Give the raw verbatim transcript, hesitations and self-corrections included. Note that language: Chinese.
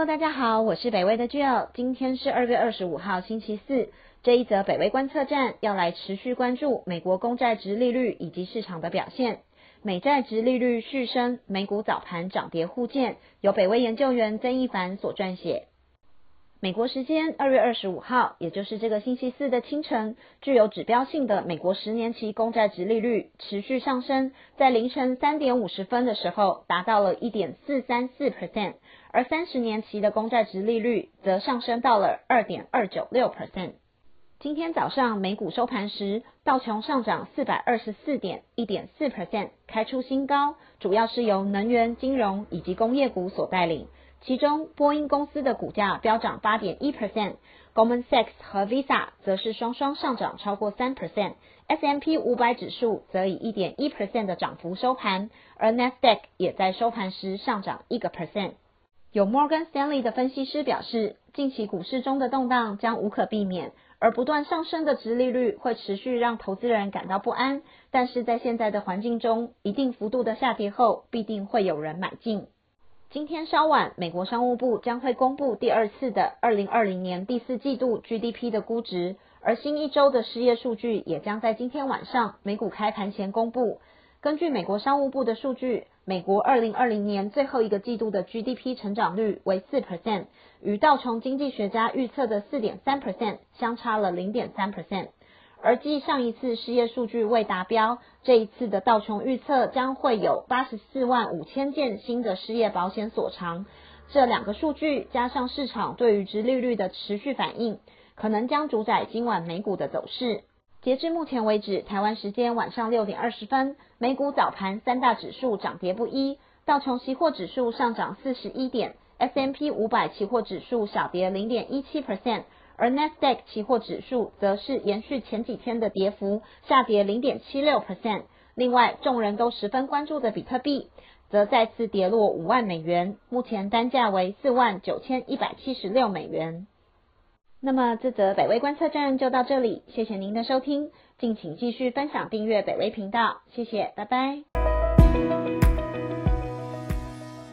Hello， 大家好，我是北威的 Jill， 今天是二月二十五号星期四。这一则北威观测站要来持续关注美国公债殖利率以及市场的表现。美债殖利率续升，美股早盘涨跌互见，由北威研究员曾一凡所撰写。美国时间二月二十五号，也就是这个星期四的清晨，具有指标性的美国十年期公债殖利率持续上升，在凌晨三点五十分的时候达到了 一点四三四 percent， 而三十年期的公债殖利率则上升到了 二点二九六 percent。今天早上美股收盘时，道琼上涨四百二十四点 一点四 percent， 开出新高，主要是由能源、金融以及工业股所带领。其中波音公司的股价飙涨 八点一 percent，Goldman Sachs 和 Visa 则是双双上涨超过 三 percent，S and P 五百 指数则以 一点一 percent 的涨幅收盘，而 Nasdaq 也在收盘时上涨 一个 percent。有 Morgan Stanley 的分析师表示，近期股市中的动荡将无可避免，而不断上升的殖利率会持续让投资人感到不安，但是在现在的环境中，一定幅度的下跌后，必定会有人买进。今天稍晚，美国商务部将会公布第二次的二零二零年第四季度 G D P 的估值，而新一周的失业数据也将在今天晚上美股开盘前公布。根据美国商务部的数据，美国二零二零年最后一个季度的 G D P 成长率为 百分之四， 与道琼经济学家预测的 百分之四点三 相差了 百分之零点三。而继上一次失业数据未达标，这一次的道琼预测将会有八十四万五千件新的失业保险所偿。这两个数据加上市场对于殖利率的持续反应，可能将主宰今晚美股的走势。截至目前为止，台湾时间晚上六点二十分，美股早盘三大指数涨跌不一，道琼期货指数上涨四十一点， S and P 五百 期货指数小跌 零点一七 percent，而 Nasdaq 期货指数则是延续前几天的跌幅，下跌 零点七六 percent。另外，众人都十分关注的比特币，则再次跌落五万美元，目前单价为四万九千一百七十六美元。那么这则北威观测站就到这里，谢谢您的收听，敬请继续分享订阅北威频道，谢谢，拜拜。